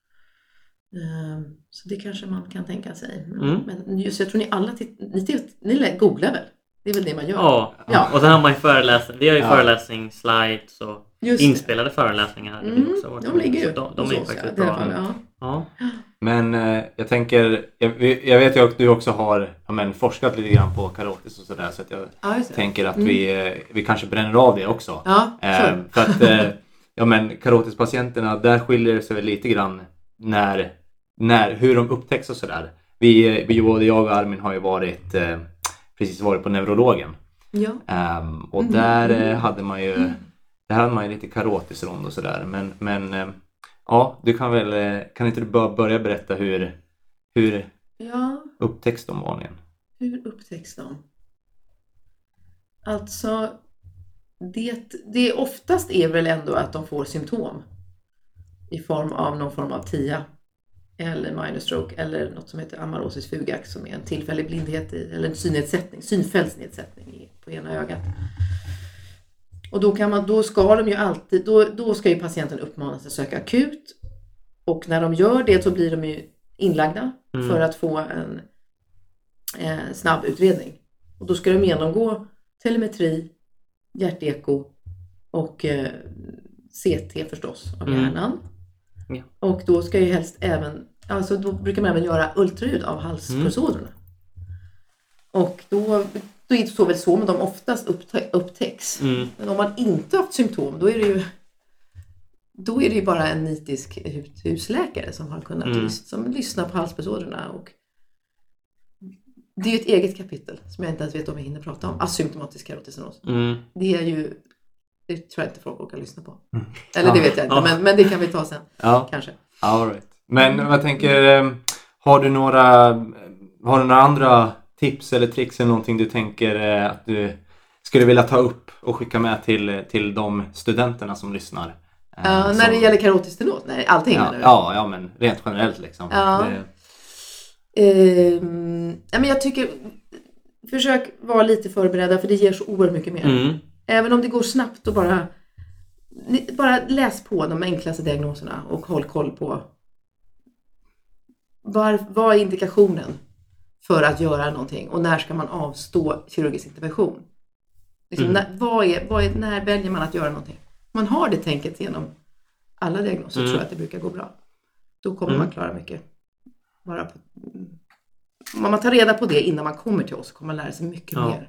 Så det kanske man kan tänka sig. Men just jag tror ni alla ni googlar väl? Det är väl det man gör. Ja. Och så har man ju föreläsning. Vi har ju föreläsning, slides och inspelade föreläsningar. De ligger ju. De är ju faktiskt bra. Ja. Men jag tänker, jag vet ju att du också har forskat lite grann på karotis och sådär. Så att jag tänker att vi kanske bränner av det också. Ja, för att karotispatienterna, där skiljer det sig väl lite grann hur de upptäcks och sådär. Både jag och Armin har ju precis varit på neurologen. Ja. Och där hade man ju lite karotisrond och sådär. Men du kan inte du börja berätta hur upptäcks de vanligen? Hur upptäcks de? Alltså, det oftast är väl ändå att de får symptom i form av någon form av TIA eller minor stroke eller något som heter amaurosis fugax som är en tillfällig blindhet eller en synfältsnedsättning på ena ögat. Och då ska ju patienten uppmanas att söka akut, och när de gör det så blir de ju inlagda för att få en snabb utredning. Och då ska de genomgå telemetri, hjärteko och CT förstås av hjärnan. Ja. Och då ska ju helst då brukar man även göra ultraljud av halspulsådrorna. Och då är det så men de oftast upptäcks. Men om man inte har haft symptom, då är det ju bara en nitisk husläkare som har kunnat som lyssnar på halspulsådrorna. Och det är ju ett eget kapitel som jag inte ens vet om jag hinner prata om. Asymptomatisk karotisenos. Det är ju, det tror jag inte folk orkar lyssna på. Eller det vet jag inte, men det kan vi ta sen. Kanske. All right. Men jag tänker, har du några andra tips eller tricks eller någonting du tänker att du skulle vilja ta upp och skicka med till de studenterna som lyssnar? När det gäller karotistenos? Nej, allting. Ja, men rent generellt liksom. Men jag tycker, försök vara lite förberedda, för det ger så oerhört mycket mer. Även om det går snabbt och bara läs på de enklaste diagnoserna och håll koll på vad är indikationen för att göra någonting och när ska man avstå kirurgisk intervention. Liksom, när väljer man att göra någonting? Man har det tänket genom alla diagnoser, tror jag att det brukar gå bra. Då kommer man klara mycket. Om man tar reda på det innan man kommer till oss kommer man lära sig mycket mer.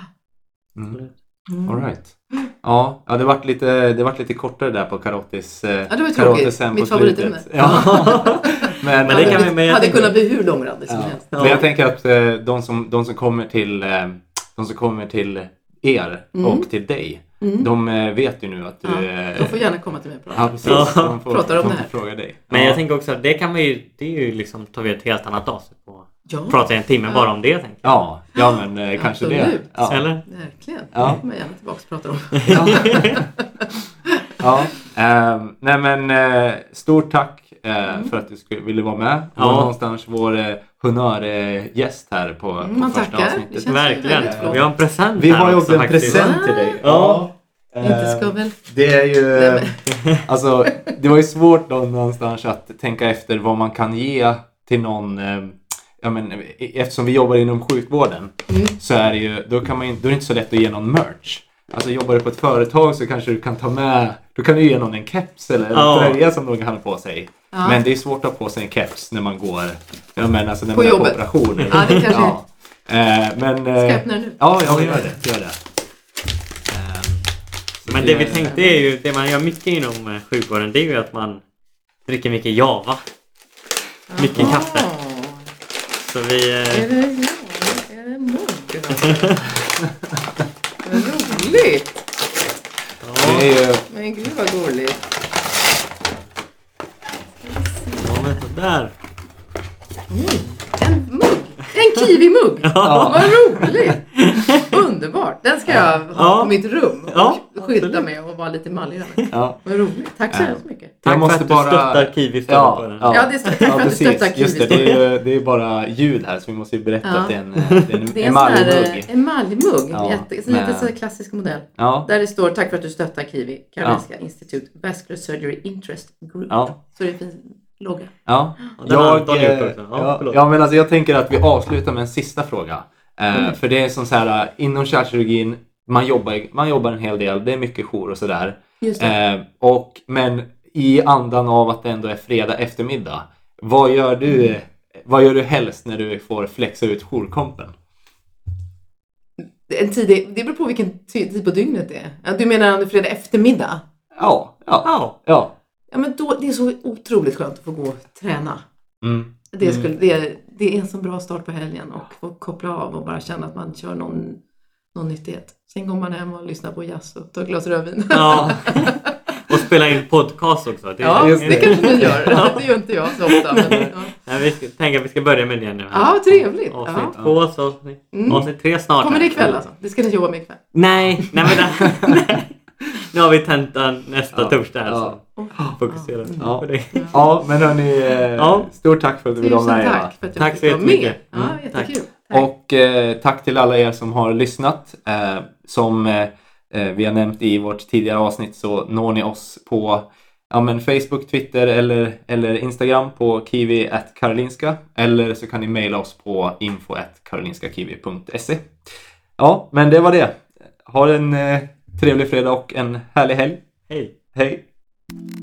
All right. Ja, det vart lite kortare där på karotis. Det var tråkigt. Mitt favoritämne. Men det hade kunnat bli hur långrandig som helst. Men jag tänker att de som kommer till er och till dig, de vet ju nu att du... de får gärna komma till mig och prata. Ja, precis. De pratar om det här. Fråga dig. Men jag tänker också att det är ju liksom, tar vi ett helt annat avsnitt på. Prata en timme bara om det, tänker jag. Ja, men kanske absolut. det. Ja. Eller? Verkligen. Ja. Men gärna tillbaka och prata om. Nej men stort tack för att du ville vara med. Du var någonstans vår honörgäst här på första avsnittet. Verkligen. Vi har en present. Vi har ju också en present till dig. Inte ska väl. Det är ju alltså det var ju svårt då någonstans att tänka efter vad man kan ge till någon. Eftersom vi jobbar inom sjukvården så är det ju då är det inte så lätt att ge någon merch. Alltså jobbar du på ett företag så kanske du kan ta med, då kan du ge någon en keps eller en tröja som någon kan ha på sig. Men det är svårt att ha på sig en keps när man går när man är på operation. Ja, det kanske men ska jag öppna nu? Ja, gör det. Men det vi tänkte är ju, det man gör mycket inom sjukvården, det är ju att man dricker mycket Java. Mycket kaffe. Så vi... Är det muggen alltså? Vad roligt! Det är ju... Men gud vad dåligt. Ja, men där. En mugg! En en kiwi-mugg! Ja. Vad roligt! Underbart! Den ska jag ha på mitt rum och skylta med och vara lite mallig. Ja. Vad roligt. Tack så hemskt mycket. Tack Jag måste för att du stöttar Kiwi på den. Ja, det är tack för att du precis. stöttar Kiwi. Just det är bara ljud här så vi måste ju berätta att det är en det är emaljmugg. en emaljmugg. Ja, Lite så klassisk modell. Ja. Där det står tack för att du stöttar Kiwi. Karolinska Institute Vascular Surgery Interest Group. Ja. Så det är en fin logga. Ja. Men alltså jag tänker att vi avslutar med en sista fråga. För det är som så här, inom kärlkirurgin man jobbar en hel del. Det är mycket jour och sådär. Men i andan av att det ändå är fredag eftermiddag. Vad gör du helst när du får flexa ut jourkompen? Det beror på vilken tid på dygnet det är. Du menar om det är fredag eftermiddag? Ja. Ja, men då, det är så otroligt skönt att få gå och träna. Det är en så bra start på helgen och få koppla av och bara känna att man kör någon nyttighet. Sen går man hem och lyssnar på jazz och tar ett glas rödvin. Ja. Och spela in podcast också. Det kanske ni gör. Det gör inte jag så ofta. Men, vi tänker att vi ska börja med det nu. Ja, trevligt. Avsnitt 2, så avsnitt 3 snart. Kommer det ikväll alltså? Det ska ni jobba med ikväll? Nej. Nu har vi tentan nästa torsdag här. Så fokusera på det. Ja, men hörni, stort tack för att du ville vara med. Tack för att tack så jättemycket. Ja, jättekul. Tack. Och tack till alla er som har lyssnat. Som vi har nämnt i vårt tidigare avsnitt så når ni oss på Facebook, Twitter eller Instagram på kiwi@karolinska. Eller så kan ni mejla oss på info@karolinskakiwi.se. Ja, men det var det. Ha en trevlig fredag och en härlig helg. Hej. Hej.